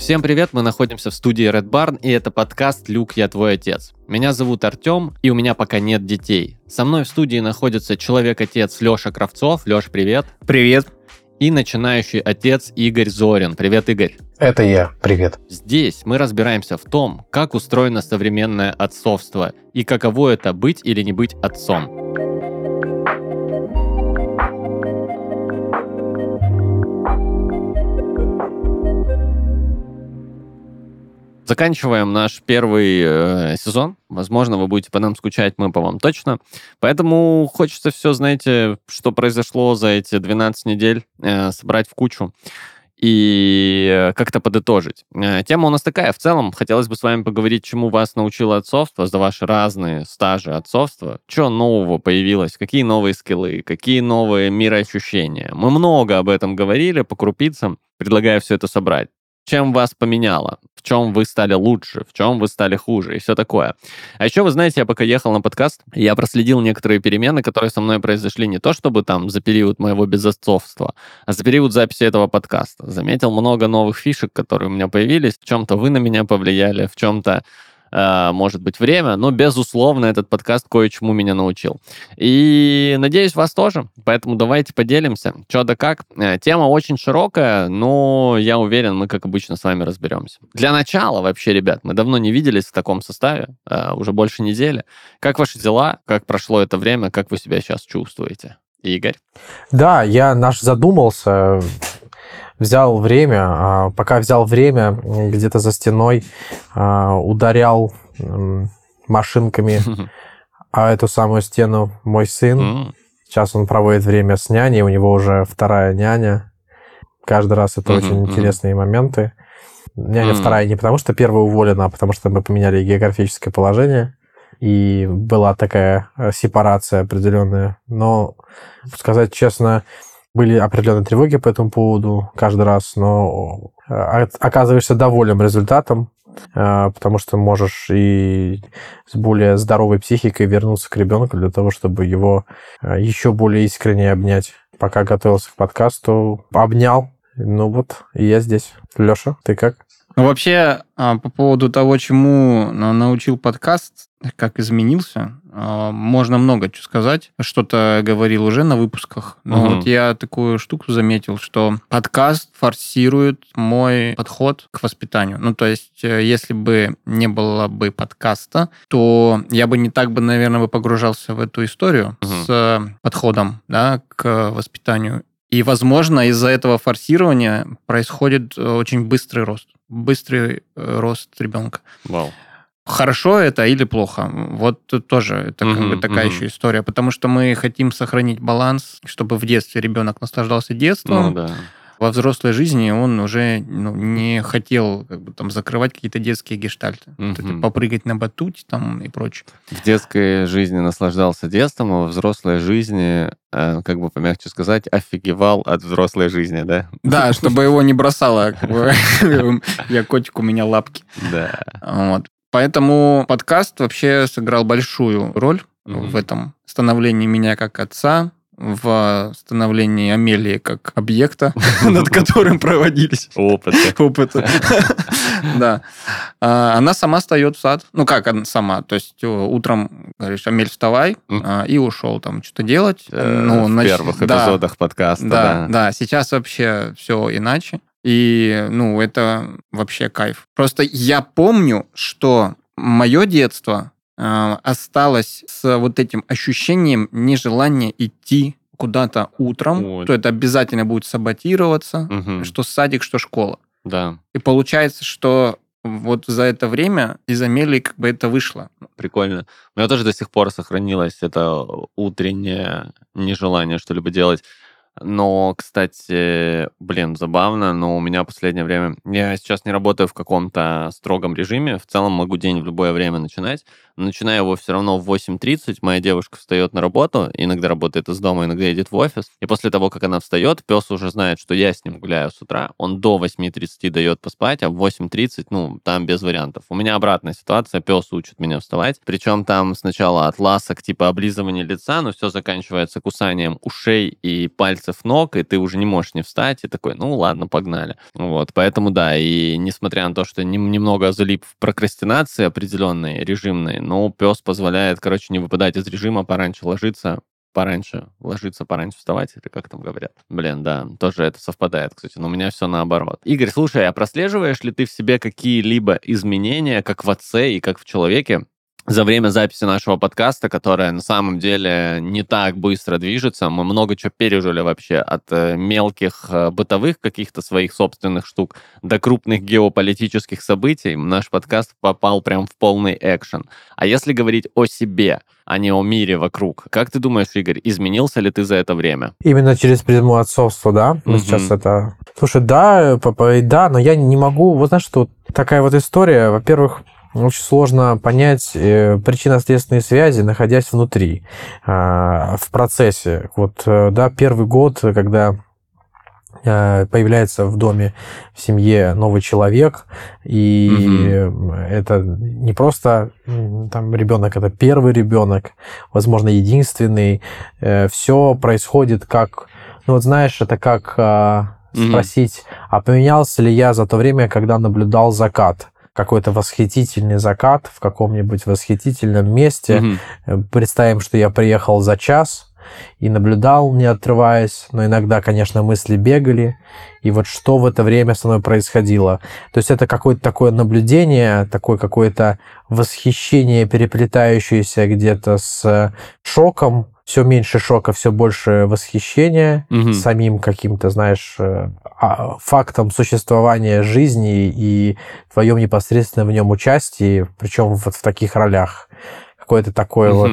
Всем привет, мы находимся в студии Red Barn, и это подкаст «Люк, я твой отец». Меня зовут Артем, и у меня пока нет детей. Со мной в студии находится человек-отец Леша Кравцов. Леш, привет. Привет. И начинающий отец Игорь Зорин. Привет, Игорь. Это я. Привет. Здесь мы разбираемся в том, как устроено современное отцовство и каково это быть или не быть отцом. Заканчиваем наш первый сезон. Возможно, вы будете по нам скучать, мы по вам точно. Поэтому хочется все, знаете, что произошло за эти 12 недель, собрать в кучу и как-то подытожить. Тема у нас такая. В целом, хотелось бы с вами поговорить, чему вас научило отцовство за ваши разные стажи отцовства. Что нового появилось, какие новые скиллы, какие новые мироощущения. Мы много об этом говорили по крупицам, предлагаю все это собрать. Чем вас поменяло, в чем вы стали лучше, в чем вы стали хуже и все такое. А еще, вы знаете, я пока ехал на подкаст, я проследил некоторые перемены, которые со мной произошли не то чтобы там за период моего безотцовства, а за период записи этого подкаста. Заметил много новых фишек, которые у меня появились. В чем-то вы на меня повлияли, в чем-то может быть, время, но, безусловно, этот подкаст кое-чему меня научил. И, надеюсь, вас тоже, поэтому давайте поделимся, что да как. Тема очень широкая, но я уверен, мы, как обычно, с вами разберемся. Для начала, вообще, ребят, мы давно не виделись в таком составе, уже больше недели. Как ваши дела? Как прошло это время? Как вы себя сейчас чувствуете? Игорь? Да, я задумался... Взял время, пока взял время, где-то за стеной ударял машинками эту самую стену мой сын. Сейчас он проводит время с няней, у него уже вторая няня. Каждый раз это очень интересные моменты. Няня вторая не потому, что первая уволена, а потому что мы поменяли географическое положение. И была такая сепарация определенная. Но, сказать честно... Были определенные тревоги по этому поводу каждый раз, но оказываешься доволен результатом, потому что можешь и с более здоровой психикой вернуться к ребенку для того, чтобы его еще более искренне обнять. Пока готовился к подкасту, обнял. Ну вот, и я здесь. Леша, ты как? Ну, вообще, по поводу того, чему научил подкаст, как изменился, можно много чего сказать. Что-то говорил уже на выпусках. Но вот я такую штуку заметил, что подкаст форсирует мой подход к воспитанию. Ну, то есть, если бы не было бы подкаста, то я бы не так бы, наверное, погружался в эту историю с подходом, да, к воспитанию. И, возможно, из-за этого форсирования происходит очень быстрый рост ребенка. Вау. Хорошо это или плохо? Вот тут тоже это как бы такая еще история, потому что мы хотим сохранить баланс, чтобы в детстве ребенок наслаждался детством. Ну, да. Во взрослой жизни он уже не хотел как бы, там, закрывать какие-то детские гештальты. Вот это попрыгать на батуте там, и прочее. В детской жизни наслаждался детством, а во взрослой жизни, как бы помягче сказать, офигевал от взрослой жизни, да? Да, чтобы его не бросало. Я котик, у меня лапки. Да. Вот. Поэтому подкаст вообще сыграл большую роль в этом становлении меня как отца, в становлении Амелии как объекта, над которым проводились опыты. Да. Она сама встает в сад. Ну, как она сама? То есть утром говоришь, Амель, вставай, и ушел там что-то делать. В первых эпизодах подкаста. Да, сейчас вообще все иначе. И, это вообще кайф. Просто я помню, что мое детство осталось с вот этим ощущением нежелания идти куда-то утром, что это обязательно будет саботироваться, что садик, что школа. Да. И получается, что вот за это время из Амелии как бы это вышло. Прикольно. У меня тоже до сих пор сохранилось это утреннее нежелание что-либо делать. Но, кстати, забавно, но у меня в последнее время... Я сейчас не работаю в каком-то строгом режиме, в целом могу день в любое время начинать, начинаю его все равно в 8:30, моя девушка встает на работу, иногда работает из дома, иногда едет в офис, и после того, как она встает, пес уже знает, что я с ним гуляю с утра, он до 8:30 дает поспать, а в 8:30, там без вариантов. У меня обратная ситуация, пес учит меня вставать, причем там сначала от ласок типа облизывания лица, но все заканчивается кусанием ушей и пальцев ног, и ты уже не можешь не встать, и такой, ладно, погнали. Вот, поэтому да, и несмотря на то, что немного залип в прокрастинации определенной, режимной, но пес позволяет, не выпадать из режима, пораньше ложиться, пораньше вставать, или как там говорят. Блин, да, тоже это совпадает, кстати, но у меня все наоборот. Игорь, слушай, а прослеживаешь ли ты в себе какие-либо изменения, как в отце и как в человеке, за время записи нашего подкаста, которая на самом деле не так быстро движется? Мы много чего пережили вообще, от мелких бытовых каких-то своих собственных штук до крупных геополитических событий. Наш подкаст попал прям в полный экшен. А если говорить о себе, а не о мире вокруг, как ты думаешь, Игорь, изменился ли ты за это время? Именно через призму отцовства, да? Мы сейчас это... Слушай, да, да, но я не могу... Вот знаешь, что такая вот история, во-первых, очень сложно понять причинно-следственные связи, находясь внутри, в процессе. Вот, да, первый год, когда появляется в доме, в семье новый человек, и это не просто там ребенок, это первый ребенок, возможно, единственный. Все происходит как... вот знаешь, это как спросить, а поменялся ли я за то время, когда наблюдал закат? Какой-то восхитительный закат в каком-нибудь восхитительном месте. Представим, что я приехал за час и наблюдал, не отрываясь, но иногда, конечно, мысли бегали, и вот что в это время со мной происходило. То есть это какое-то такое наблюдение, такое какое-то восхищение, переплетающееся где-то с шоком, все меньше шока, все больше восхищения самим каким-то, знаешь, фактом существования жизни и твоем непосредственном в нем участии, причем вот в таких ролях. Какое-то такое вот.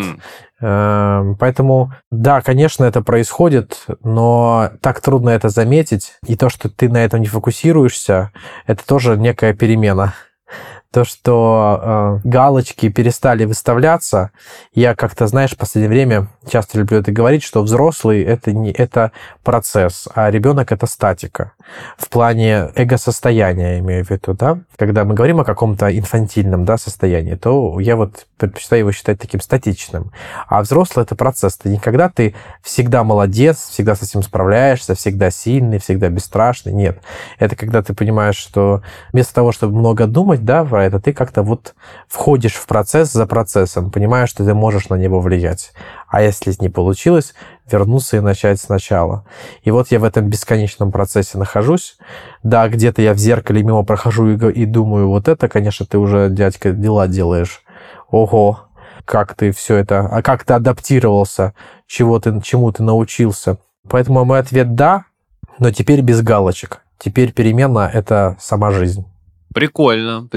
Поэтому, да, конечно, это происходит, но так трудно это заметить. И то, что ты на этом не фокусируешься, это тоже некая перемена. То, что галочки перестали выставляться, я как-то, знаешь, в последнее время часто люблю это говорить, что взрослый это процесс, а ребенок это статика. В плане эго-состояния, имею в виду, да? Когда мы говорим о каком-то инфантильном, да, состоянии, то я вот предпочитаю его считать таким статичным. А взрослый это процесс. Это не когда ты всегда молодец, всегда с этим справляешься, всегда сильный, всегда бесстрашный. Нет. Это когда ты понимаешь, что вместо того, чтобы много думать, да, про это, ты как-то вот входишь в процесс за процессом, понимаешь, что ты можешь на него влиять. А если не получилось, вернуться и начать сначала. И вот я в этом бесконечном процессе нахожусь. Да, где-то я в зеркале мимо прохожу и думаю, вот это, конечно, ты уже, дядька, дела делаешь. Ого, как ты все это, а как ты адаптировался, чему ты научился. Поэтому мой ответ да, но теперь без галочек. Теперь перемена – это сама жизнь. Прикольно.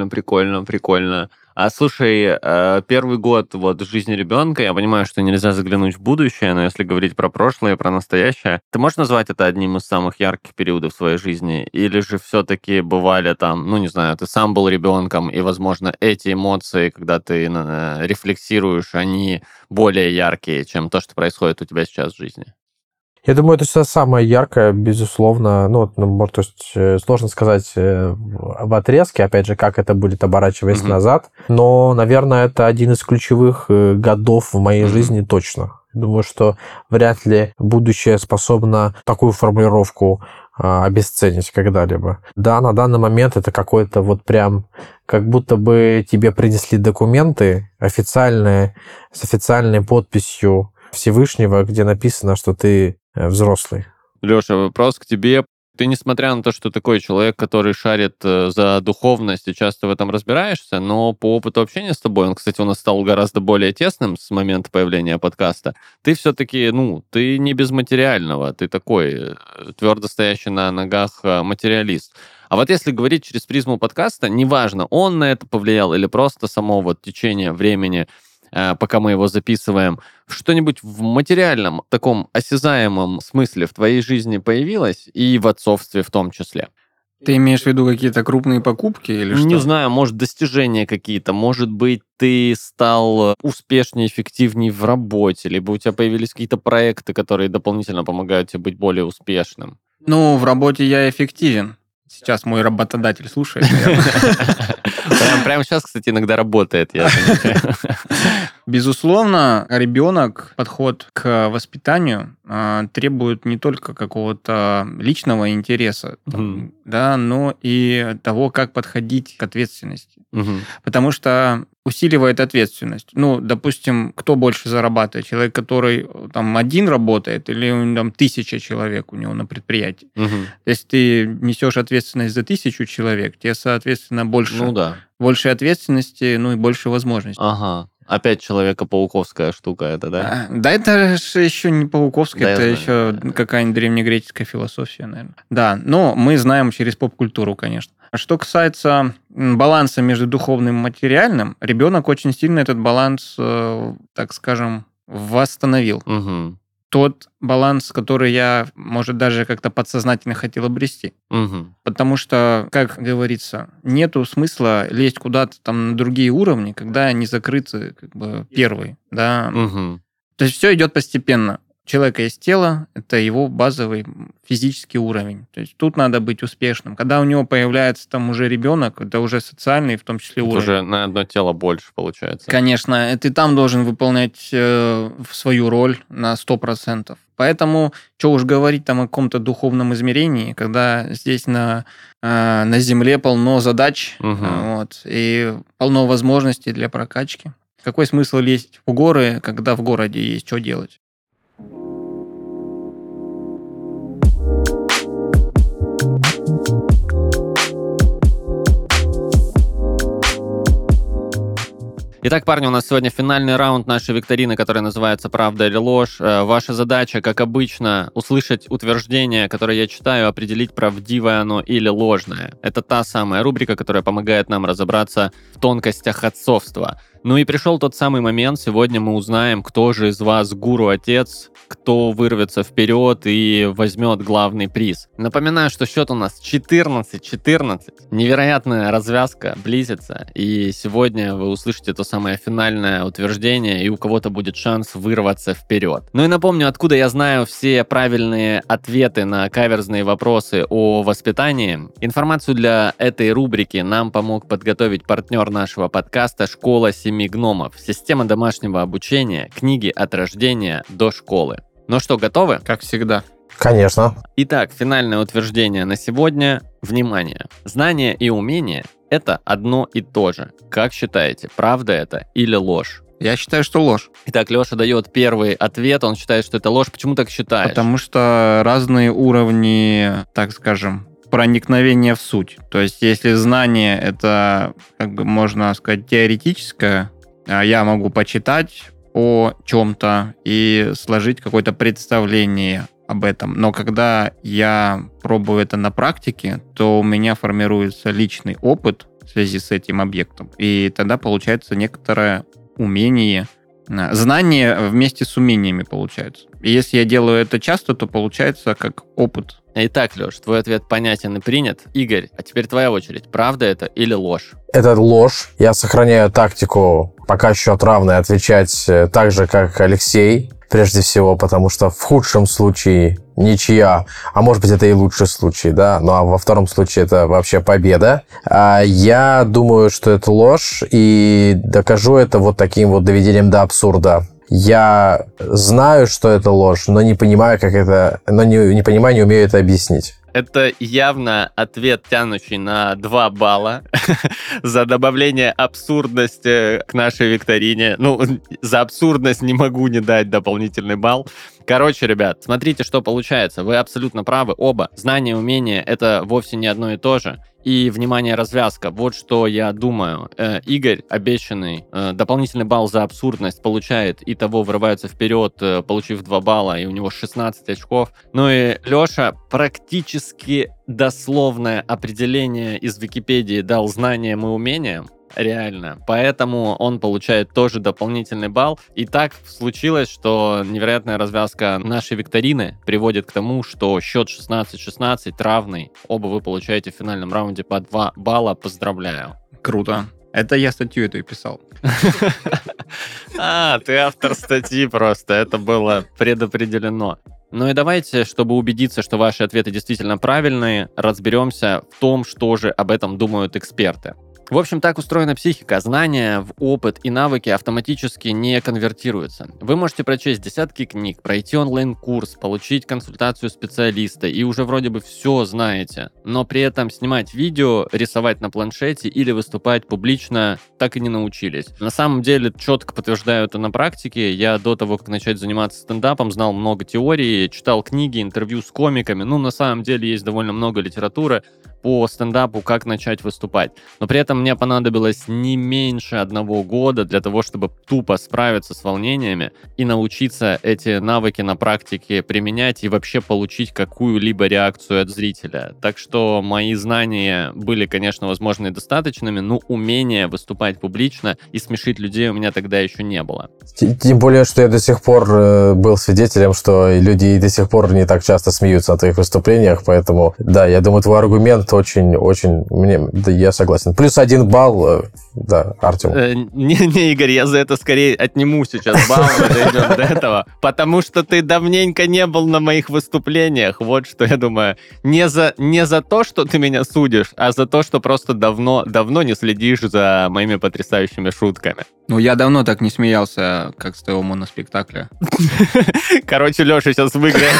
А слушай, первый год вот жизни ребенка, я понимаю, что нельзя заглянуть в будущее, но если говорить про прошлое и про настоящее, ты можешь назвать это одним из самых ярких периодов своей жизни? Или же все-таки бывали там, не знаю, ты сам был ребенком, и, возможно, эти эмоции, когда ты рефлексируешь, они более яркие, чем то, что происходит у тебя сейчас в жизни? Я думаю, это все самое яркое, безусловно. То есть сложно сказать в отрезке, опять же, как это будет, оборачиваясь назад. Но, наверное, это один из ключевых годов в моей жизни точно. Думаю, что вряд ли будущее способно такую формулировку обесценить когда-либо. Да, на данный момент это какой-то вот прям, как будто бы тебе принесли документы официальные, с официальной подписью Всевышнего, где написано, что ты взрослый. Леша, вопрос к тебе. Ты, несмотря на то, что такой человек, который шарит за духовность и часто в этом разбираешься, но по опыту общения с тобой, он, кстати, у нас стал гораздо более тесным с момента появления подкаста, ты все-таки, ты не без материального, ты такой твердо стоящий на ногах материалист. А вот если говорить через призму подкаста, неважно, он на это повлиял или просто само вот течение времени, пока мы его записываем, что-нибудь в материальном, таком осязаемом смысле в твоей жизни появилось, и в отцовстве в том числе? Ты имеешь в виду какие-то крупные покупки или что? Не знаю, может, достижения какие-то, может быть, ты стал успешнее, эффективнее в работе, либо у тебя появились какие-то проекты, которые дополнительно помогают тебе быть более успешным. Ну, в работе я эффективен. Сейчас мой работодатель слушает, наверное. Прямо сейчас, кстати, иногда работает, я замечаю. Безусловно, ребенок, подход к воспитанию требует не только какого-то личного интереса, да, но и того, как подходить к ответственности. Потому что усиливает ответственность. Ну, допустим, кто больше зарабатывает? Человек, который там один работает, или там 1000 человек у него на предприятии? Если ты несешь ответственность за 1000 человек, тебе, соответственно, больше ответственности, ну и больше возможностей. Ага. Опять человека-пауковская штука это, да? Да, это же еще не пауковская, это еще какая-нибудь древнегреческая философия, наверное. Да, но мы знаем через поп-культуру, конечно. Что касается баланса между духовным и материальным, ребенок очень сильно этот баланс, так скажем, восстановил. Тот баланс, который я, может, даже как-то подсознательно хотел обрести. Потому что, как говорится, нету смысла лезть куда-то там на другие уровни, когда не закрыты как бы первые. Да? То есть все идет постепенно. У человека есть тело, это его базовый физический уровень. То есть тут надо быть успешным. Когда у него появляется там уже ребенок, это уже социальный, в том числе уровень. Уже на одно тело больше получается. Конечно, ты там должен выполнять свою роль на 100%. Поэтому, что уж говорить там о каком-то духовном измерении, когда здесь на Земле полно задач, и полно возможностей для прокачки. Какой смысл лезть в горы, когда в городе есть что делать? Итак, парни, у нас сегодня финальный раунд нашей викторины, которая называется «Правда или ложь?». Ваша задача, как обычно, услышать утверждение, которое я читаю, определить, правдивое оно или ложное. Это та самая рубрика, которая помогает нам разобраться в тонкостях отцовства. Ну и пришел тот самый момент. Сегодня мы узнаем, кто же из вас гуру-отец, кто вырвется вперед и возьмет главный приз. Напоминаю, что счет у нас 14-14. Невероятная развязка близится. И сегодня вы услышите то самое финальное утверждение, и у кого-то будет шанс вырваться вперед. Ну и напомню, откуда я знаю все правильные ответы на каверзные вопросы о воспитании. Информацию для этой рубрики нам помог подготовить партнер нашего подкаста «Школа семи гномов». Система домашнего обучения, книги от рождения до школы. Ну что, готовы? Как всегда. Конечно. Итак, финальное утверждение на сегодня. Внимание! Знания и умения – это одно и то же. Как считаете, правда это или ложь? Я считаю, что ложь. Итак, Леша дает первый ответ, он считает, что это ложь. Почему так считаешь? Потому что разные уровни, так скажем, проникновения в суть. То есть, если знание это, как бы можно сказать, теоретическое, я могу почитать о чем-то и сложить какое-то представление об этом. Но когда я пробую это на практике, то у меня формируется личный опыт в связи с этим объектом. И тогда получается некоторое умение, знание вместе с умениями получается. И если я делаю это часто, то получается как опыт. Итак, Леш, твой ответ понятен и принят. Игорь, а теперь твоя очередь. Правда это или ложь? Это ложь. Я сохраняю тактику, пока счет равный, отвечать так же, как Алексей. Прежде всего, потому что в худшем случае ничья, а может быть, это и лучший случай, да, ну а во втором случае это вообще победа. Я думаю, что это ложь, и докажу это вот таким вот доведением до абсурда. Я знаю, что это ложь, но не понимаю, как это, но не понимаю, не умею это объяснить. Это явно ответ, тянущий на 2 балла за добавление абсурдности к нашей викторине. Ну, за абсурдность не могу не дать дополнительный балл. Короче, ребят, смотрите, что получается. Вы абсолютно правы, оба. Знание и умение — это вовсе не одно и то же. И, внимание, развязка. Вот что я думаю. Игорь, обещанный дополнительный балл за абсурдность, получает, и того вырывается вперед, получив 2 балла, и у него 16 очков. Ну и Леша практически дословное определение из Википедии дал знаниям и умениям. Реально. Поэтому он получает тоже дополнительный балл. И так случилось, что невероятная развязка нашей викторины приводит к тому, что счет 16-16 равный. Оба вы получаете в финальном раунде по 2 балла. Поздравляю. Круто. Это я статью эту и писал. Ты автор статьи просто. Это было предопределено. Ну и давайте, чтобы убедиться, что ваши ответы действительно правильные, разберемся в том, что же об этом думают эксперты. В общем, так устроена психика. Знания в опыт и навыки автоматически не конвертируются. Вы можете прочесть десятки книг, пройти онлайн-курс, получить консультацию специалиста и уже вроде бы все знаете, но при этом снимать видео, рисовать на планшете или выступать публично так и не научились. На самом деле, четко подтверждаю это на практике. Я до того, как начать заниматься стендапом, знал много теории, читал книги, интервью с комиками. На самом деле есть довольно много литературы по стендапу, как начать выступать. Но при этом мне понадобилось не меньше 1 года для того, чтобы тупо справиться с волнениями и научиться эти навыки на практике применять и вообще получить какую-либо реакцию от зрителя. Так что мои знания были, конечно, возможно, и достаточными, но умения выступать публично и смешить людей у меня тогда еще не было. Тем более, что я до сих пор был свидетелем, что люди до сих пор не так часто смеются о твоих выступлениях, поэтому, да, я думаю, твой аргумент я согласен. Плюс 1 балл, да, Артем. Не, Игорь, я за это скорее отниму сейчас балл, мы дойдем до этого, потому что ты давненько не был на моих выступлениях, вот что я думаю. Не за то, что ты меня судишь, а за то, что просто давно не следишь за моими потрясающими шутками. Я давно так не смеялся, как с твоего моноспектакля. Короче, Леша сейчас выиграет.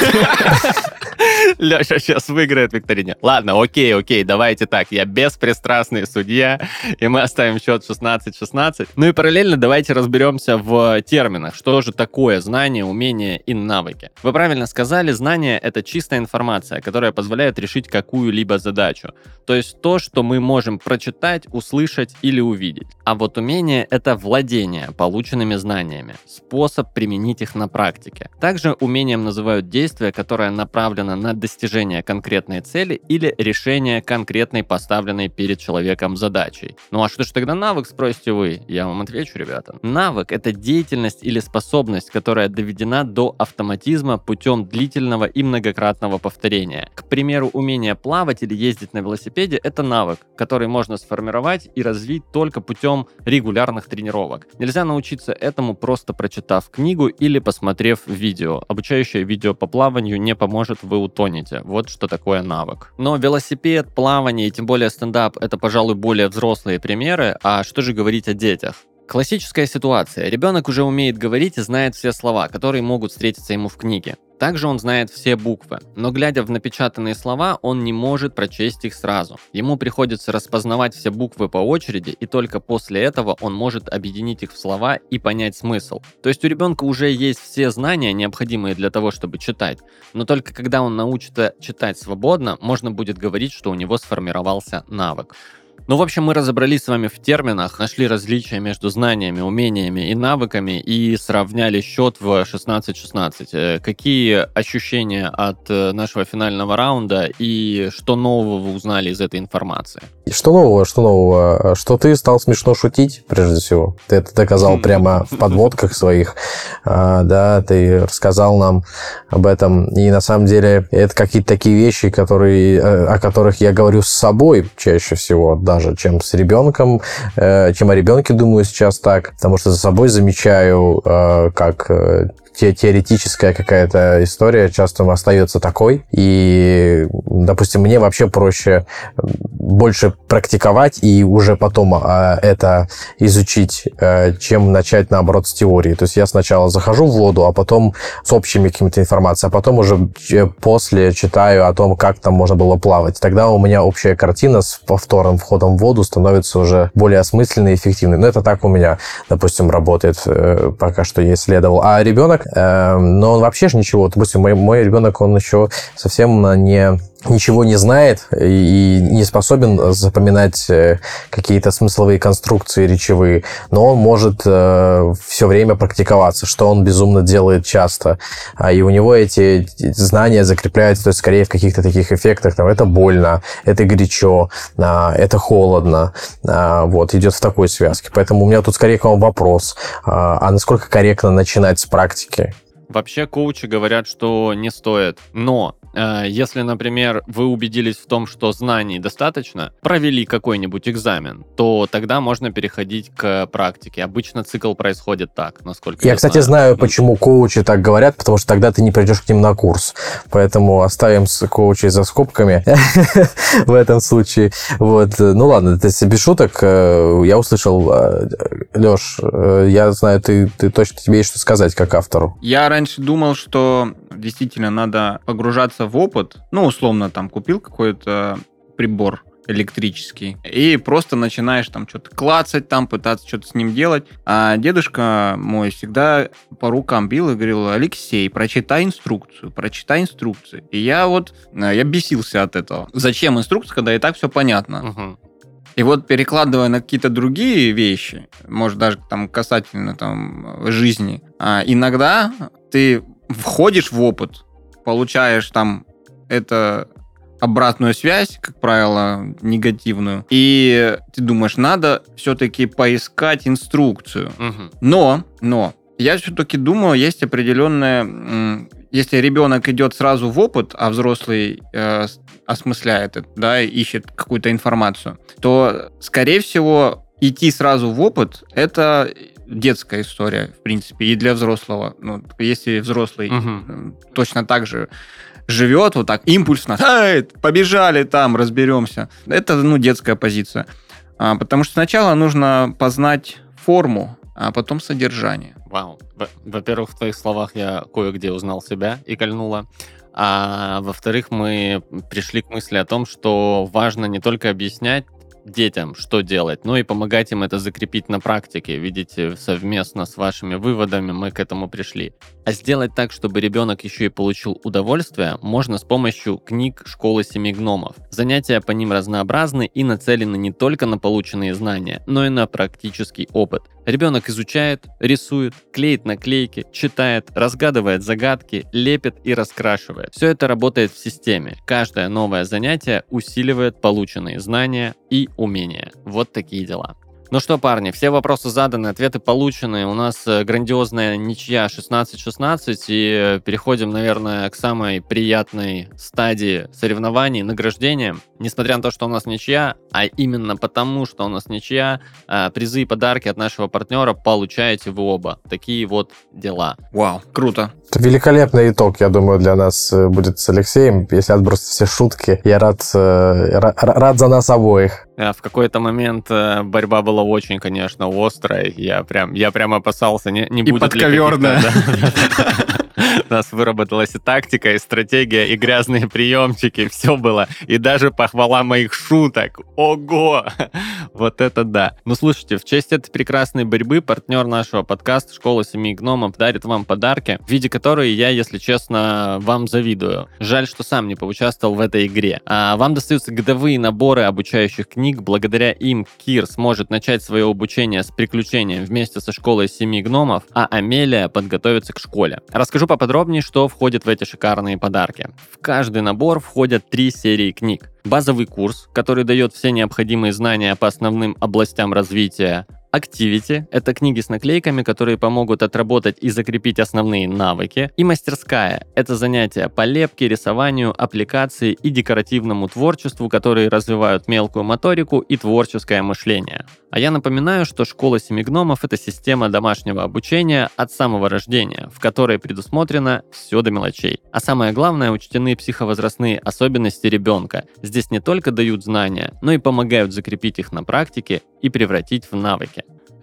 Леша сейчас выиграет в викторине. Ладно, окей, давайте так. Я беспристрастный судья, и мы оставим счет 16-16. Ну и параллельно давайте разберемся в терминах. Что же такое знание, умение и навыки? Вы правильно сказали, знание — это чистая информация, которая позволяет решить какую-либо задачу. То есть то, что мы можем прочитать, услышать или увидеть. А вот умение — это владение полученными знаниями, способ применить их на практике. Также умением называют действие, которое направлено на достижение конкретной цели или решение конкретной поставленной перед человеком задачей. Ну а что же тогда навык, спросите вы? Я вам отвечу, ребята. Навык — это деятельность или способность, которая доведена до автоматизма путем длительного и многократного повторения. К примеру, умение плавать или ездить на велосипеде — это навык, который можно сформировать и развить только путем регулярных тренировок. Нельзя научиться этому, просто прочитав книгу или посмотрев видео. Обучающее видео по плаванию не поможет, вы утонете. Вот что такое навык. Но велосипед, плавание и тем более стендап — это, пожалуй, более взрослые примеры. А что же говорить о детях? Классическая ситуация. Ребенок уже умеет говорить и знает все слова, которые могут встретиться ему в книге. Также он знает все буквы, но глядя в напечатанные слова, он не может прочесть их сразу. Ему приходится распознавать все буквы по очереди, и только после этого он может объединить их в слова и понять смысл. То есть у ребенка уже есть все знания, необходимые для того, чтобы читать, но только когда он научится читать свободно, можно будет говорить, что у него сформировался навык. Ну, в общем, мы разобрались с вами в терминах, нашли различия между знаниями, умениями и навыками и сравняли счет в 16-16. Какие ощущения от нашего финального раунда и что нового вы узнали из этой информации? Что нового? Что ты стал смешно шутить, прежде всего. Ты это доказал прямо в подводках своих. Да, ты рассказал нам об этом. И на самом деле это какие-то такие вещи, о которых я говорю с собой чаще всего, даже, чем с ребенком, чем о ребенке думаю сейчас так, потому что за собой замечаю, как теоретическая какая-то история часто остается такой. И, допустим, мне вообще проще больше практиковать и уже потом это изучить, чем начать, наоборот, с теории. То есть я сначала захожу в воду, а потом с общими какими-то информацией, а потом уже после читаю о том, как там можно было плавать. Тогда у меня общая картина с повторным входом в воду становится уже более осмысленной и эффективной. Но это так у меня, допустим, работает пока что я исследовал. А ребенок, но он вообще же ничего. Допустим, мой ребенок, он еще совсем не ничего не знает и не способен запоминать какие-то смысловые конструкции речевые, но он может все время практиковаться, что он безумно делает часто. И у него эти знания закрепляются, то есть скорее в каких-то таких эффектах. Там, это больно, это горячо, это холодно. Вот, идет в такой связке. Поэтому у меня тут скорее к вам вопрос. А насколько корректно начинать с практики? Вообще коучи говорят, что не стоит. Но если, например, вы убедились в том, что знаний достаточно, провели какой-нибудь экзамен, то тогда можно переходить к практике. Обычно цикл происходит так, насколько я кстати, знаю, почему коучи так говорят, потому что тогда ты не придешь к ним на курс. Поэтому оставим коучей за скобками в этом случае. Вот. Ну ладно, это без шуток. Я услышал, Лёш, я знаю, ты точно, тебе есть что сказать как автору. Я раньше думал, что действительно надо погружаться в опыт. Ну, условно, там, купил какой-то прибор электрический, и просто начинаешь там что-то клацать, там, пытаться что-то с ним делать. А дедушка мой всегда по рукам бил и говорил: Алексей, прочитай инструкцию. И я бесился от этого. Зачем инструкция, когда и так все понятно? Угу. И вот перекладывая на какие-то другие вещи, может, даже там касательно там жизни, иногда ты входишь в опыт, получаешь там обратную связь, как правило, негативную, и ты думаешь, надо все-таки поискать инструкцию. Угу. Но я все-таки думаю, есть определенная... Если ребенок идет сразу в опыт, а взрослый осмысляет это, да, ищет какую-то информацию, то, скорее всего, идти сразу в опыт – это детская история, в принципе, и для взрослого. Ну, если взрослый точно так же живет вот так импульсно, побежали там, разберемся, это, детская позиция. Потому что сначала нужно познать форму, а потом содержание. Вау. Во-первых, в твоих словах я кое-где узнал себя и кольнуло. А во-вторых, мы пришли к мысли о том, что важно не только объяснять детям, что делать, но и помогать им это закрепить на практике. Видите, совместно с вашими выводами мы к этому пришли. А сделать так, чтобы ребенок еще и получил удовольствие, можно с помощью книг «Школы семи гномов». Занятия по ним разнообразны и нацелены не только на полученные знания, но и на практический опыт. Ребенок изучает, рисует, клеит наклейки, читает, разгадывает загадки, лепит и раскрашивает. Все это работает в системе. Каждое новое занятие усиливает полученные знания и умения. Вот такие дела. Ну что, парни, все вопросы заданы, ответы получены. У нас грандиозная ничья 16-16, и переходим, наверное, к самой приятной стадии соревнований, награждения. Несмотря на то, что у нас ничья, а именно потому, что у нас ничья, призы и подарки от нашего партнера получаете вы оба. Такие вот дела. Вау, круто. Это великолепный итог, я думаю, для нас будет с Алексеем. Если отбросить все шутки, я рад за нас обоих. В какой-то момент борьба была очень, конечно, острая. Я прям опасался, не будет подковерная. ли у нас выработалась и тактика, и стратегия, и грязные приемчики, все было. И даже похвала моих шуток. Ого! Вот это да. Ну, слушайте, в честь этой прекрасной борьбы партнер нашего подкаста «Школа семи гномов» дарит вам подарки, в виде которой я, если честно, вам завидую. Жаль, что сам не поучаствовал в этой игре. Вам достаются годовые наборы обучающих книг. Благодаря им Кир сможет начать свое обучение с приключением вместе со «Школой семи гномов», а Амелия подготовится к школе. Расскажу поподробнее, что входит в эти шикарные подарки. В каждый набор входят 3 серии книг. Базовый курс, который дает все необходимые знания по основным областям развития. Activity – это книги с наклейками, которые помогут отработать и закрепить основные навыки. И мастерская – это занятия по лепке, рисованию, аппликации и декоративному творчеству, которые развивают мелкую моторику и творческое мышление. А я напоминаю, что «Школа семи гномов» – это система домашнего обучения от самого рождения, в которой предусмотрено все до мелочей. А самое главное – учтены психовозрастные особенности ребенка. Здесь не только дают знания, но и помогают закрепить их на практике и превратить в навыки. Лёш,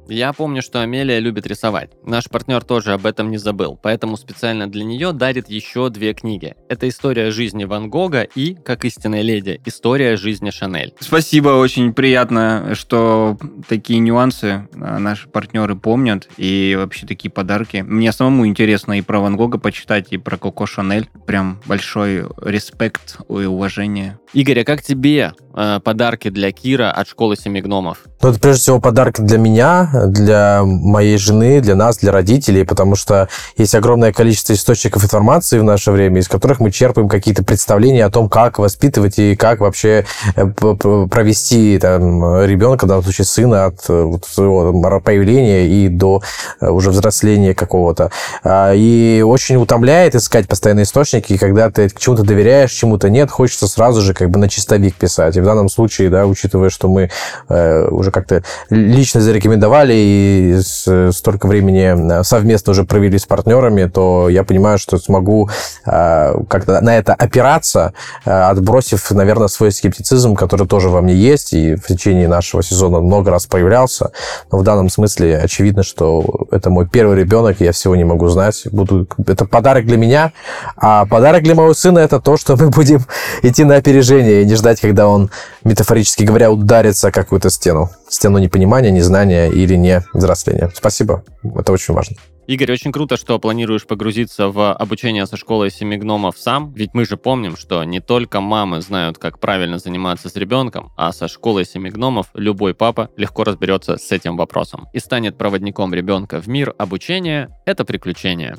Я помню, что Амелия любит рисовать. Наш партнер тоже об этом не забыл, поэтому специально для нее дарит еще 2 книги. Это «История жизни Ван Гога» и, как истинная леди, «История жизни Шанель». Спасибо, очень приятно, что такие нюансы наши партнеры помнят, и вообще такие подарки. Мне самому интересно и про Ван Гога почитать, и про Коко Шанель. Прям большой респект и уважение. Игорь, а как тебе подарки для Кира от школы 7 гномов? Ну, это прежде всего подарок для меня, для моей жены, для нас, для родителей, потому что есть огромное количество источников информации в наше время, из которых мы черпаем какие-то представления о том, как воспитывать и как вообще провести там, ребенка, в данном случае сына, от своего появления и до уже взросления какого-то. И очень утомляет искать постоянные источники, и когда ты чему-то доверяешь, чему-то нет, хочется сразу же как бы на чистовик писать. И в данном случае, да, учитывая, что мы уже как-то лично зарекомендовали и столько времени совместно уже провели с партнерами, то я понимаю, что смогу как-то на это опираться, отбросив, наверное, свой скептицизм, который тоже во мне есть и в течение нашего сезона много раз появлялся. Но в данном смысле очевидно, что это мой первый ребенок, и я всего не могу знать. Это подарок для меня, а подарок для моего сына — это то, что мы будем идти на опережение и не ждать, когда он, метафорически говоря, ударится о какую-то стену. Стену непонимания, незнания или не взросления. Спасибо, это очень важно. Игорь, очень круто, что планируешь погрузиться в обучение со школой 7 гномов сам, ведь мы же помним, что не только мамы знают, как правильно заниматься с ребенком, а со школой 7 гномов любой папа легко разберется с этим вопросом и станет проводником ребенка в мир обучения. Это приключение.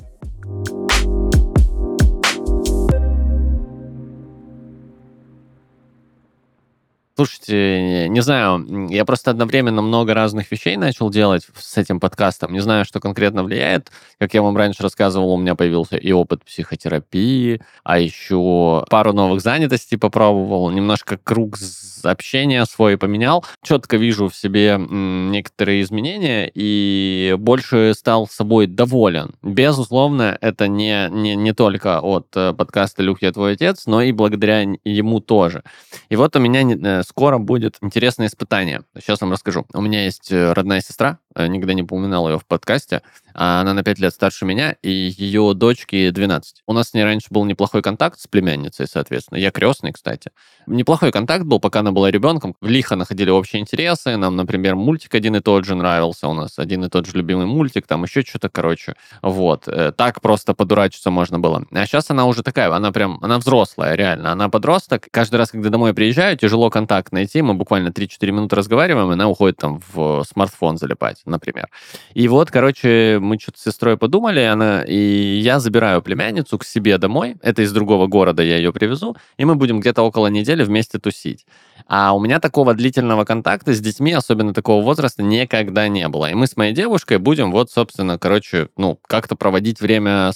Слушайте, не знаю, я просто одновременно много разных вещей начал делать с этим подкастом. Не знаю, что конкретно влияет. Как я вам раньше рассказывал, у меня появился и опыт психотерапии, а еще пару новых занятостей попробовал, немножко круг общения свой поменял. Четко вижу в себе некоторые изменения и больше стал собой доволен. Безусловно, это не только от подкаста «Люк, я твой отец», но и благодаря ему тоже. И вот у меня скоро будет интересное испытание. Сейчас вам расскажу. У меня есть родная сестра, никогда не упоминал ее в подкасте. Она на 5 лет старше меня, и ее дочке 12. У нас с ней раньше был неплохой контакт с племянницей, соответственно. Я крестный, кстати. Неплохой контакт был, пока она была ребенком. Лихо находили общие интересы. Нам, например, мультик один и тот же нравился. У нас один и тот же любимый мультик. Там еще что-то, короче. Вот. Так просто подурачиться можно было. А сейчас она уже такая, она взрослая, реально. Она подросток. Каждый раз, когда домой приезжаю, тяжело контакт найти. Мы буквально 3-4 минуты разговариваем, и она уходит там в смартфон залипать, например. И вот, короче, мы что-то с сестрой подумали, и я забираю племянницу к себе домой. Это из другого города я ее привезу, и мы будем где-то около недели вместе тусить. А у меня такого длительного контакта с детьми, особенно такого возраста, никогда не было. И мы с моей девушкой будем вот, собственно, короче, как-то проводить время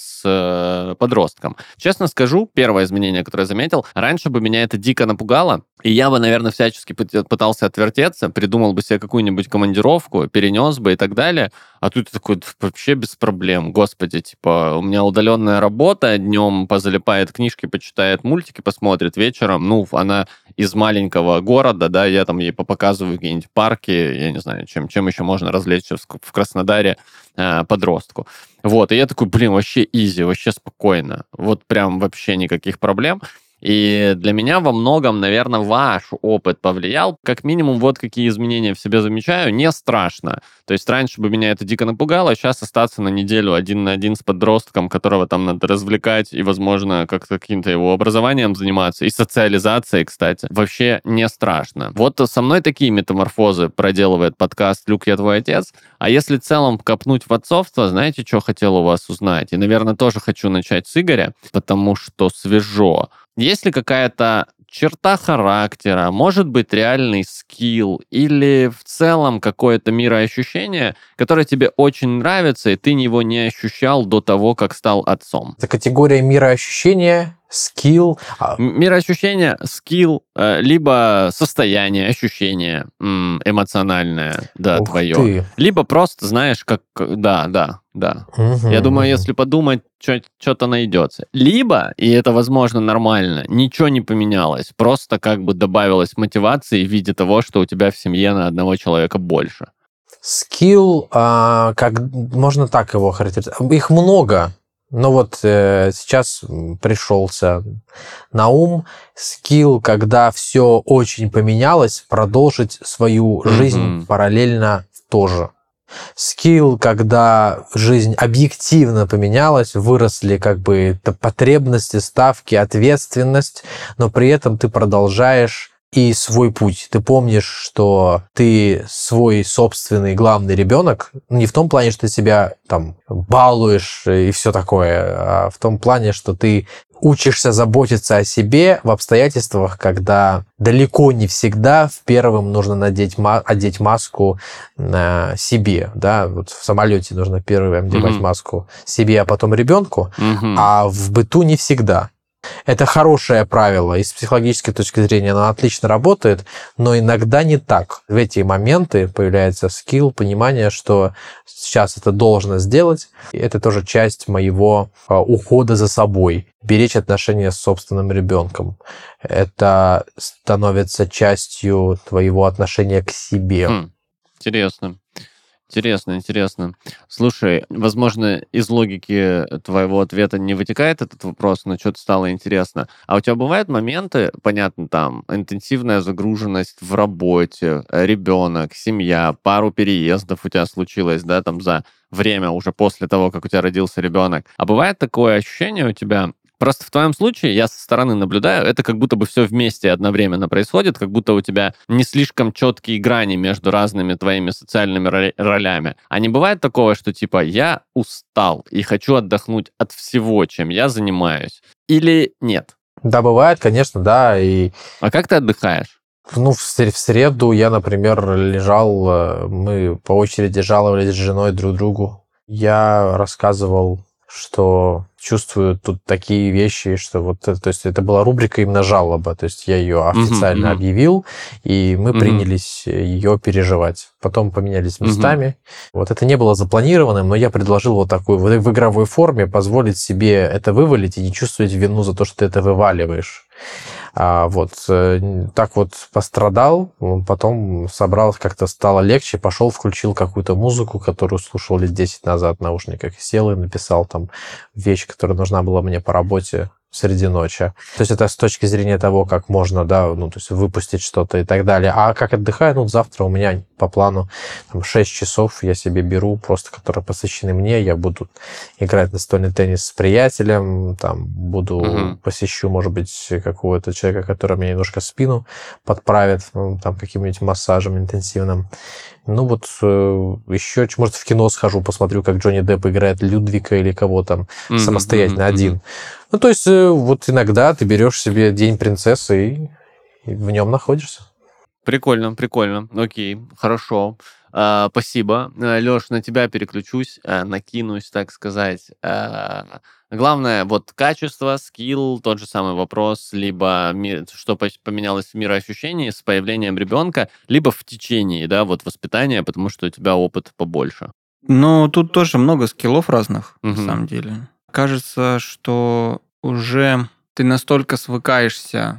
с подростком. Честно скажу, первое изменение, которое я заметил, раньше бы меня это дико напугало, и я бы, наверное, всячески пытался отвертеться, придумал бы себе какую-нибудь командировку, перенес бы и так далее. А тут такой, вообще без проблем. Господи, типа, у меня удаленная работа, днем позалипает книжки, почитает мультики, посмотрит вечером. Она из маленького города, да, я там ей показываю какие-нибудь парки, я не знаю, чем еще можно развлечься в Краснодаре подростку. Вот, и я такой, вообще изи, вообще спокойно. Вот прям вообще никаких проблем. И для меня во многом, наверное, ваш опыт повлиял. Как минимум, вот какие изменения в себе замечаю. Не страшно. То есть раньше бы меня это дико напугало, а сейчас остаться на неделю один на один с подростком, которого там надо развлекать и, возможно, как-то каким-то его образованием заниматься, и социализацией, кстати, вообще не страшно. Вот со мной такие метаморфозы проделывает подкаст «Люк, я твой отец». А если в целом копнуть в отцовство, знаете, что хотел у вас узнать? И, наверное, тоже хочу начать с Игоря, потому что свежо. Есть ли какая-то черта характера, может быть, реальный скилл или в целом какое-то мироощущение, которое тебе очень нравится, и ты его не ощущал до того, как стал отцом? Это категория мироощущения, скилл. Мироощущение, скилл, либо состояние, ощущение эмоциональное, да, твое. Либо просто, знаешь, как... Да. Я думаю, если подумать, что-то найдется. Либо, и это, возможно, нормально, ничего не поменялось, просто как бы добавилось мотивации в виде того, что у тебя в семье на одного человека больше. Скилл, как можно так его характеризовать. Их много, но вот сейчас пришелся на ум скилл, когда все очень поменялось, продолжить свою жизнь параллельно тоже. Скилл, когда жизнь объективно поменялась, выросли как бы потребности, ставки, ответственность, но при этом ты продолжаешь и свой путь. Ты помнишь, что ты свой собственный главный ребенок, не в том плане, что ты себя там балуешь и все такое, а в том плане, что ты учишься заботиться о себе в обстоятельствах, когда далеко не всегда в первом нужно одеть маску на себе, да, вот в самолете нужно первым одевать маску себе, а потом ребенку, а в быту не всегда. Это хорошее правило, и с психологической точки зрения оно отлично работает, но иногда не так. В эти моменты появляется скилл, понимание, что сейчас это должно сделать. И это тоже часть моего ухода за собой, беречь отношения с собственным ребенком. Это становится частью твоего отношения к себе. Интересно. Интересно. Слушай, возможно, из логики твоего ответа не вытекает этот вопрос, но что-то стало интересно. А у тебя бывают моменты, понятно, там, интенсивная загруженность в работе, ребенок, семья, пару переездов у тебя случилось, да, там, за время уже после того, как у тебя родился ребенок. А бывает такое ощущение у тебя... Просто в твоем случае, я со стороны наблюдаю, это как будто бы все вместе одновременно происходит, как будто у тебя не слишком четкие грани между разными твоими социальными ролями. А не бывает такого, что типа я устал и хочу отдохнуть от всего, чем я занимаюсь? Или нет? Да, бывает, конечно, да. А как ты отдыхаешь? Ну, в среду я, например, лежал, мы по очереди жаловались с женой друг другу. Я рассказывал, что чувствую тут такие вещи, что вот, то есть это была рубрика именно жалоба, то есть я ее официально объявил, и мы принялись ее переживать. Потом поменялись местами. Вот это не было запланированным, но я предложил вот такую, в игровой форме позволить себе это вывалить и не чувствовать вину за то, что ты это вываливаешь. Вот так вот пострадал, потом собрался, как-то стало легче, пошел, включил какую-то музыку, которую слушал лет 10 назад в наушниках, сел и написал там вещь, которая нужна была мне по работе среди ночи. То есть это с точки зрения того, как можно, да, ну, то есть выпустить что-то и так далее. А как отдыхаю, ну, завтра у меня по плану там, 6 часов я себе беру, просто которые посвящены мне. Я буду играть настольный теннис с приятелем, там, посещу, может быть, какого-то человека, который мне немножко спину подправит, там, каким-нибудь массажем интенсивным. Ну, вот еще, может, в кино схожу, посмотрю, как Джонни Депп играет Людвига или кого там самостоятельно один. Ну, то есть, вот иногда ты берешь себе День принцессы и в нем находишься. Прикольно. Окей, хорошо. Спасибо. Лёш, на тебя переключусь, накинусь, так сказать. Главное, вот качество, скилл, тот же самый вопрос, либо что поменялось в мироощущении с появлением ребенка, либо в течение, да, вот воспитания, потому что у тебя опыт побольше. Ну, тут тоже много скиллов разных, на самом деле. Кажется, что уже ты настолько свыкаешься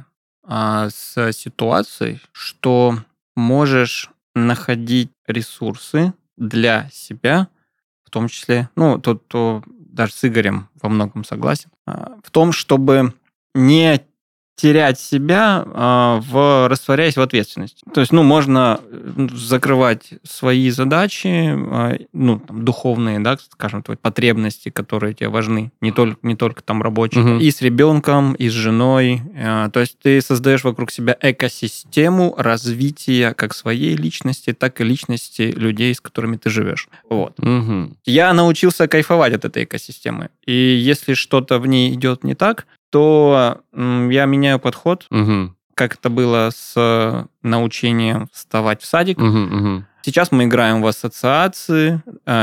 с ситуацией, что можешь находить ресурсы для себя, в том числе, ну, тут даже с Игорем во многом согласен, в том, чтобы не терять себя, растворяясь в ответственности. То есть, ну, можно закрывать свои задачи, ну, там, духовные, да, скажем, твои потребности, которые тебе важны, не только там рабочие, и с ребенком, и с женой. То есть ты создаешь вокруг себя экосистему развития как своей личности, так и личности людей, с которыми ты живешь. Вот. Я научился кайфовать от этой экосистемы. И если что-то в ней идет не так, то я меняю подход, как это было с научением вставать в садик. Сейчас мы играем в ассоциации,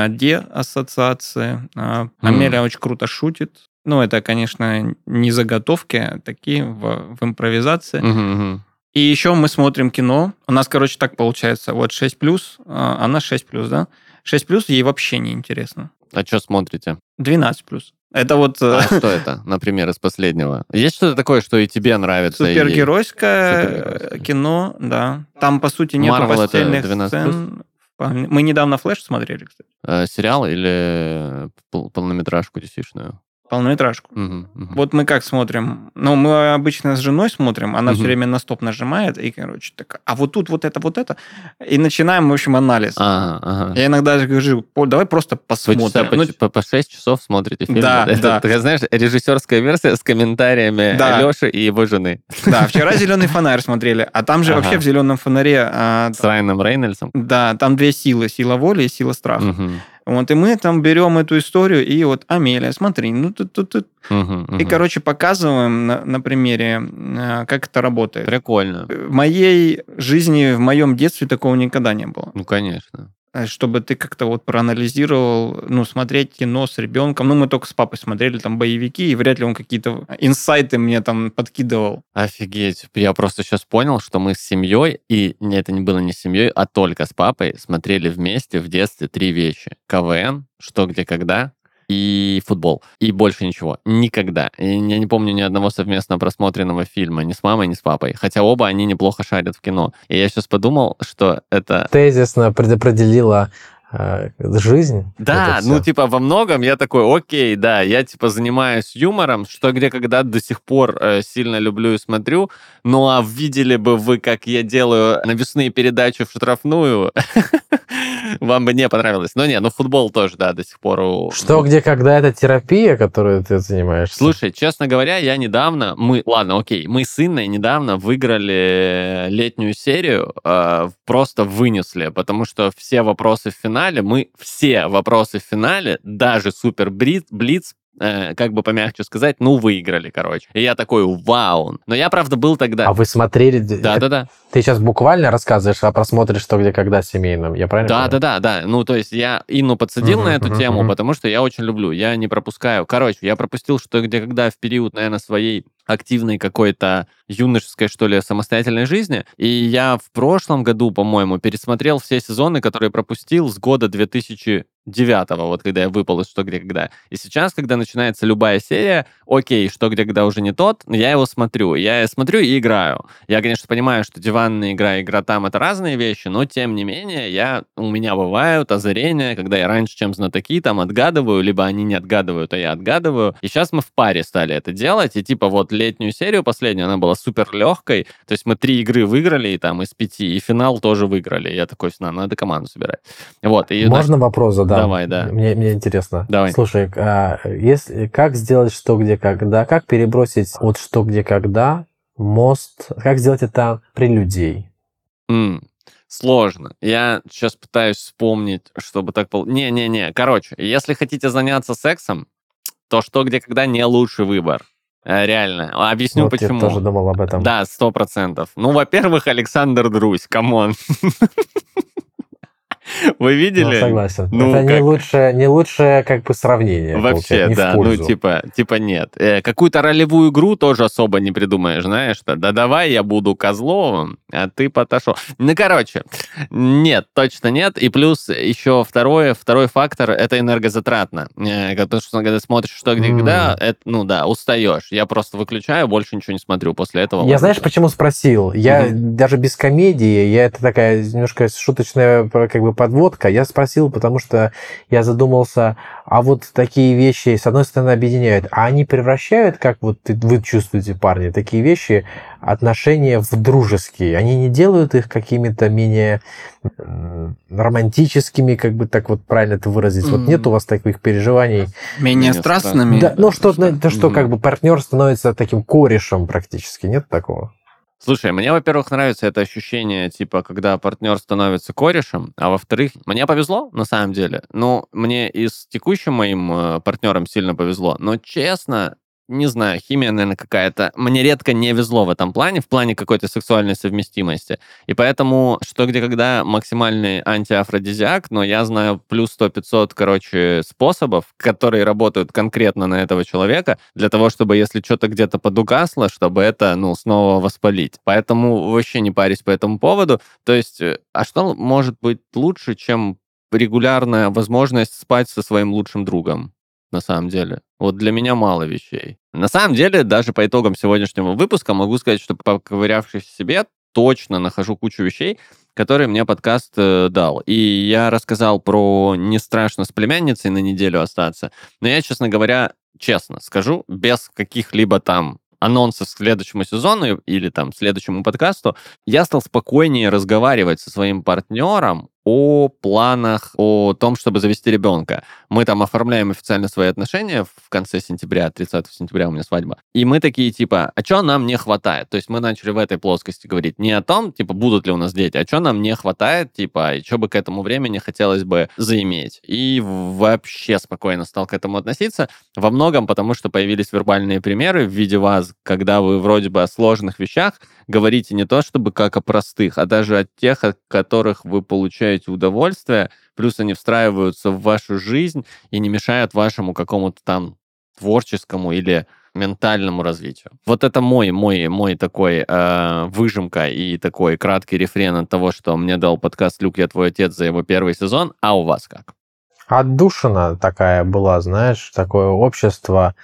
де-ассоциации. Амелия очень круто шутит. Ну, это, конечно, не заготовки, а такие в импровизации. И еще мы смотрим кино. У нас, короче, так получается. Вот 6+, она 6+, да? 6+, ей вообще не интересно. А что смотрите? 12+. Это вот... А что это, например, из последнего? Есть что-то такое, что и тебе нравится? Супергеройское кино, да. Там, по сути, нету постельных сцен. Мы недавно «Флэш» смотрели, кстати. Сериал или полнометражку DC-шную? Полнометражку. Вот мы как смотрим? Ну, мы обычно с женой смотрим, она все время на стоп нажимает, и, короче, так, а вот тут вот это. И начинаем, в общем, анализ. Я иногда говорю, давай просто посмотрим. По 6 часов смотрите фильм. Да. Ты знаешь, режиссерская версия с комментариями Леши и его жены. Да, вчера «Зеленый фонарь» смотрели, а там же вообще в «Зеленом фонаре»... С Райаном Рейнольдсом? Да, там две силы. Сила воли и сила страха. Вот, и мы там берем эту историю, и вот, Амелия, смотри, И, короче, показываем на примере, как это работает. Прикольно. В моей жизни, в моем детстве такого никогда не было. Ну, конечно. Чтобы ты как-то вот проанализировал, смотреть кино с ребенком. Мы только с папой смотрели там боевики, и вряд ли он какие-то инсайты мне там подкидывал. Офигеть. Я просто сейчас понял, что мы с семьей, и это не было не с семьей, а только с папой, смотрели вместе в детстве 3 вещи. КВН, «Что, где, когда» и футбол. И больше ничего. Никогда. И я не помню ни одного совместно просмотренного фильма ни с мамой, ни с папой. Хотя оба они неплохо шарят в кино. И я сейчас подумал, что это... Тезисно предопределила жизнь. Да, во многом я такой, окей, да, я, занимаюсь юмором, «Что, где, когда» до сих пор сильно люблю и смотрю. Ну, а видели бы вы, как я делаю навесные передачи в штрафную, вам бы не понравилось. Но футбол тоже, да, до сих пор... «Что, где, когда» — это терапия, которой ты занимаешься? Слушай, честно говоря, я недавно... Мы с Инной недавно выиграли летнюю серию, просто вынесли, потому что все вопросы в финале, даже Супер Блиц, как бы помягче сказать, выиграли, короче. И я такой, вау. Но я, правда, был тогда... А вы смотрели... Да. Ты сейчас буквально рассказываешь о просмотре «Что, где, когда» семейном, я правильно понимаю? Да. Ну, то есть я Инну подсадил на эту тему, потому что я очень люблю, я не пропускаю. Короче, я пропустил «Что, где, когда» в период, наверное, своей активной какой-то юношеской, что ли, самостоятельной жизни. И я в прошлом году, по-моему, пересмотрел все сезоны, которые пропустил с года 2009-го, вот когда я выпал из «Что, где, когда». И сейчас, когда начинается любая серия, окей, «Что, где, когда» уже не тот, я его смотрю. Я смотрю и играю. Я, конечно, понимаю, что диванная игра и игра там — это разные вещи, но, тем не менее, у меня бывают озарения, когда я раньше, чем знатоки, там отгадываю, либо они не отгадывают, а я отгадываю. И сейчас мы в паре стали это делать, и вот летнюю серию последнюю, она была супер легкой, то есть мы 3 игры выиграли, и там из 5, и финал тоже выиграли. Я такой, надо команду собирать. Вот. И можно вопрос задам? Давай, да. Мне интересно. Давай. Слушай, как сделать «Что, где, когда», как перебросить от «Что, где, когда» мост, как сделать это при людей? Сложно. Я сейчас пытаюсь вспомнить, чтобы так... Не. Короче, если хотите заняться сексом, то «Что, где, когда» не лучший выбор. Реально. Объясню, почему. Я тоже думал об этом. Да, 100%. Во-первых, Александр Друзь, камон. Вы видели? Согласен. Это не лучшее как бы сравнение. Вообще, да. Типа нет. Какую-то ролевую игру тоже особо не придумаешь, знаешь, что да давай я буду Козловым, а ты Поташов. Короче, нет, точно нет. И плюс еще второй фактор — это энергозатратно. Потому что когда смотришь «Что, где, когда», устаешь. Я просто выключаю, больше ничего не смотрю после этого. Я знаешь, почему спросил? Я даже без комедии, это такая немножко шуточная как бы подводка. Я спросил, потому что я задумался, а вот такие вещи, с одной стороны, объединяют, а они превращают, как вот вы чувствуете, парни, такие вещи, отношения в дружеские. Они не делают их какими-то менее романтическими, как бы так вот правильно это выразить. Вот нет у вас таких переживаний? Менее страстными? Да, что как бы партнер становится таким корешем практически. Нет такого? Слушай, мне, во-первых, нравится это ощущение, когда партнер становится корешем, а во-вторых, мне повезло, на самом деле. Мне и с текущим моим партнером сильно повезло, но, честно, не знаю, химия, наверное, какая-то. Мне редко не везло в плане какой-то сексуальной совместимости. И поэтому «Что, где, когда» максимальный антиафродизиак, но я знаю плюс 100-500, способов, которые работают конкретно на этого человека, для того, чтобы, если что-то где-то подугасло, чтобы это, снова воспалить. Поэтому вообще не парюсь по этому поводу. То есть, а что может быть лучше, чем регулярная возможность спать со своим лучшим другом? На самом деле. Вот для меня мало вещей. На самом деле, даже по итогам сегодняшнего выпуска могу сказать, что, поковырявшись в себе, точно нахожу кучу вещей, который мне подкаст дал. И я рассказал про «Не страшно с племянницей» на неделю остаться. Но я, честно говоря, честно скажу, без каких-либо там анонсов к следующему сезону или там следующему подкасту, я стал спокойнее разговаривать со своим партнером о планах, о том, чтобы завести ребенка. Мы там оформляем официально свои отношения в конце сентября, 30 сентября у меня свадьба. И мы такие, типа, а что нам не хватает? То есть мы начали в этой плоскости говорить не о том, типа, будут ли у нас дети, а что нам не хватает, типа, и что бы к этому времени хотелось бы заиметь. И вообще спокойно стал к этому относиться. Во многом потому, что появились вербальные примеры в виде вас, когда вы вроде бы о сложных вещах говорите не то чтобы как о простых, а даже о тех, от которых вы получаете удовольствие, плюс они встраиваются в вашу жизнь и не мешают вашему какому-то там творческому или ментальному развитию. Вот это мой такой выжимка и такой краткий рефрен от того, что мне дал подкаст «Люк, я твой отец» за его первый сезон. А у вас как? Отдушина такая была, знаешь, такое общество,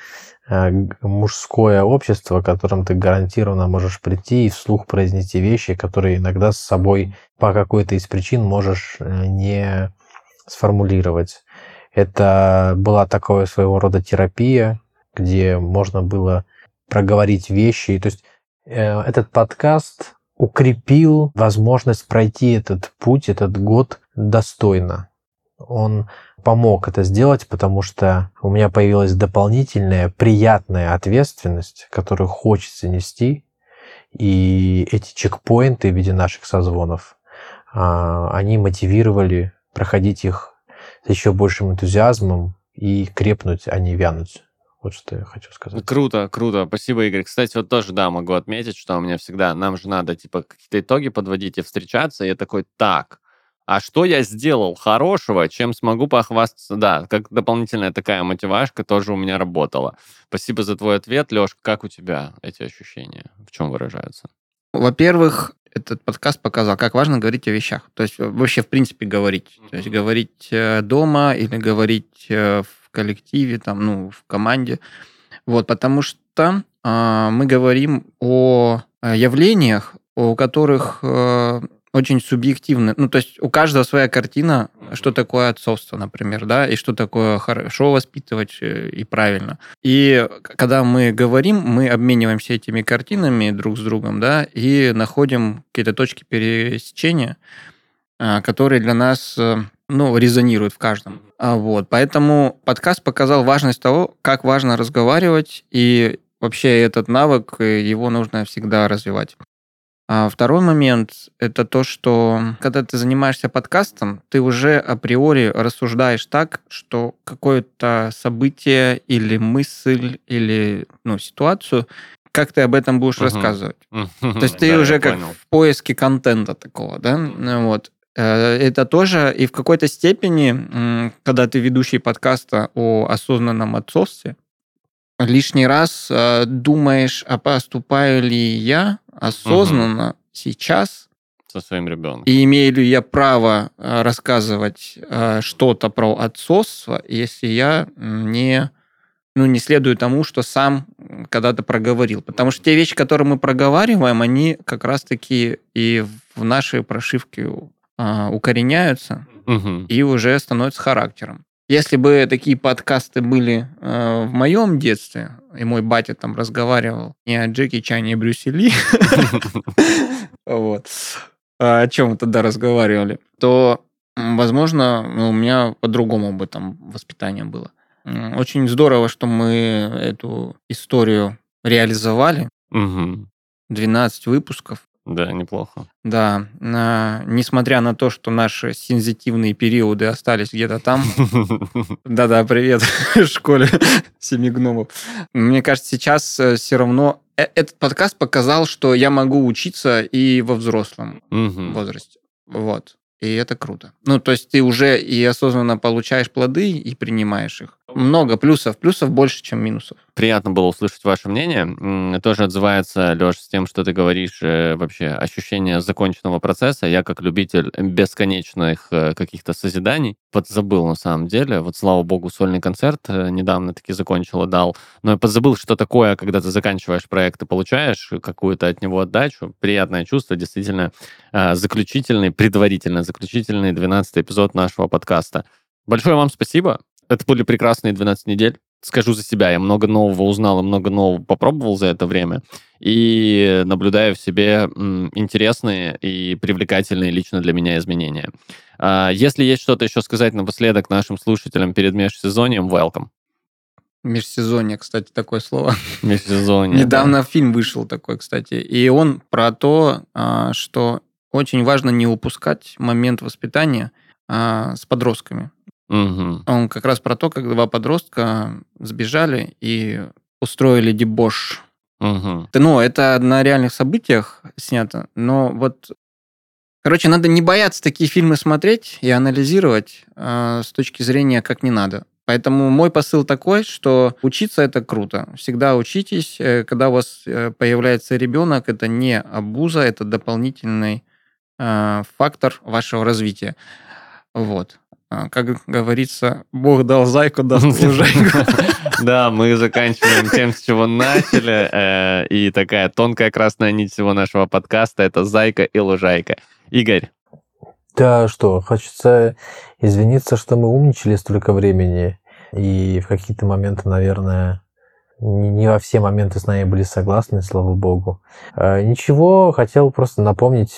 мужское общество, к которым ты гарантированно можешь прийти и вслух произнести вещи, которые иногда с собой по какой-то из причин можешь не сформулировать. Это была такое своего рода терапия, где можно было проговорить вещи. То есть этот подкаст укрепил возможность пройти этот путь, этот год достойно. Он помог это сделать, потому что у меня появилась дополнительная приятная ответственность, которую хочется нести. И эти чекпоинты в виде наших созвонов, они мотивировали проходить их с еще большим энтузиазмом и крепнуть, а не вянуть. Вот что я хочу сказать. Круто. Спасибо, Игорь. Кстати, вот тоже, да, могу отметить, что у меня всегда, нам же надо, типа, какие-то итоги подводить и встречаться. И я такой, так, а что я сделал хорошего, чем смогу похвастаться? Да, как дополнительная такая мотивашка тоже у меня работала. Спасибо за твой ответ, Лёш. Как у тебя эти ощущения? В чем выражаются? Во-первых, этот подкаст показал, как важно говорить о вещах. То есть вообще, в принципе, говорить. То есть говорить дома или говорить в коллективе, там, в команде. Вот, потому что мы говорим о явлениях, у которых очень субъективно. То есть у каждого своя картина, что такое отцовство, например, да, и что такое хорошо воспитывать и правильно. И когда мы говорим, мы обмениваемся этими картинами друг с другом, да, и находим какие-то точки пересечения, которые для нас, резонируют в каждом. Вот. Поэтому подкаст показал важность того, как важно разговаривать, и вообще этот навык, его нужно всегда развивать. А второй момент – это то, что когда ты занимаешься подкастом, ты уже априори рассуждаешь так, что какое-то событие или мысль, или ситуацию, как ты об этом будешь рассказывать. То есть ты уже как в поиске контента такого, да? Вот. Это тоже и в какой-то степени, когда ты ведущий подкаста о осознанном отцовстве, лишний раз думаешь, а поступаю ли я осознанно сейчас со своим ребенком. И имею ли я право рассказывать что-то про отцовство, если я не следую тому, что сам когда-то проговорил. Потому что те вещи, которые мы проговариваем, они как раз-таки и в нашей прошивке укореняются и уже становятся характером. Если бы такие подкасты были в моем детстве, и мой батя там разговаривал не о Джеки Чане и Брюсе Ли, вот, о чем мы тогда разговаривали, то, возможно, у меня по-другому бы там воспитание было. Очень здорово, что мы эту историю реализовали. 12 выпусков. Да, неплохо. Да, несмотря на то, что наши сензитивные периоды остались где-то там. Да-да, привет в школе 7 гномов. Мне кажется, сейчас все равно этот подкаст показал, что я могу учиться и во взрослом возрасте. Вот. И это круто. То есть ты уже и осознанно получаешь плоды и принимаешь их. Много плюсов. Плюсов больше, чем минусов. Приятно было услышать ваше мнение. Тоже отзывается, Леш, с тем, что ты говоришь, вообще ощущение законченного процесса. Я, как любитель бесконечных каких-то созиданий, подзабыл на самом деле. Вот, слава богу, сольный концерт недавно таки закончил и дал. Но я подзабыл, что такое, когда ты заканчиваешь проект и получаешь какую-то от него отдачу. Приятное чувство, действительно, предварительно заключительный 12-й эпизод нашего подкаста. Большое вам спасибо. Это были прекрасные 12 недель. Скажу за себя, я много нового узнал и много нового попробовал за это время. И наблюдаю в себе интересные и привлекательные лично для меня изменения. Если есть что-то еще сказать напоследок нашим слушателям перед межсезоньем, welcome. Межсезонье, кстати, такое слово. Межсезонье, Недавно фильм вышел такой, кстати. И он про то, что очень важно не упускать момент воспитания с подростками. Угу. Он как раз про то, как два подростка сбежали и устроили дебош. Угу. Это на реальных событиях снято, но вот... Короче, надо не бояться такие фильмы смотреть и анализировать с точки зрения как не надо. Поэтому мой посыл такой, что учиться это круто. Всегда учитесь. Когда у вас появляется ребенок, это не абуза, это дополнительный фактор вашего развития. Вот. Как говорится, Бог дал зайку, даст лужайку. Да, мы заканчиваем тем, с чего начали. И такая тонкая красная нить всего нашего подкаста — это зайка и лужайка. Игорь. Да, что, хочется извиниться, что мы умничали столько времени. И в какие-то моменты, наверное, не во все моменты с нами были согласны, слава богу. Ничего, хотел просто напомнить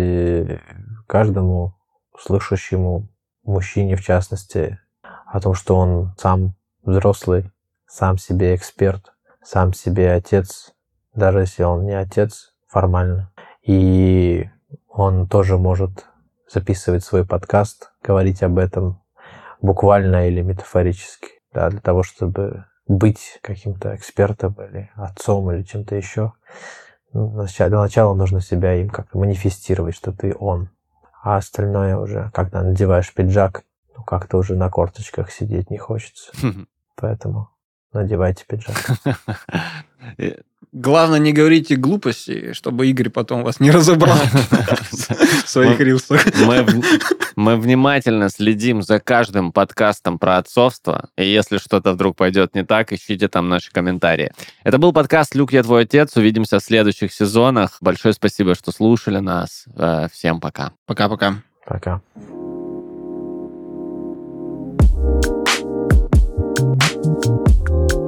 каждому слышащему мужчине, в частности, о том, что он сам взрослый, сам себе эксперт, сам себе отец, даже если он не отец формально. И он тоже может записывать свой подкаст, говорить об этом буквально или метафорически, да, для того, чтобы быть каким-то экспертом или отцом или чем-то еще. Для начала нужно себя им как-то манифестировать, что ты он. А остальное уже, когда надеваешь пиджак, как-то уже на корточках сидеть не хочется. Поэтому надевайте пиджак. Главное, не говорите глупости, чтобы Игорь потом вас не разобрал в своих рилсах. Мы внимательно следим за каждым подкастом про отцовство, и если что-то вдруг пойдет не так, ищите там наши комментарии. Это был подкаст «Люк, я твой отец». Увидимся в следующих сезонах. Большое спасибо, что слушали нас. Всем пока. Пока-пока. Пока. Пока.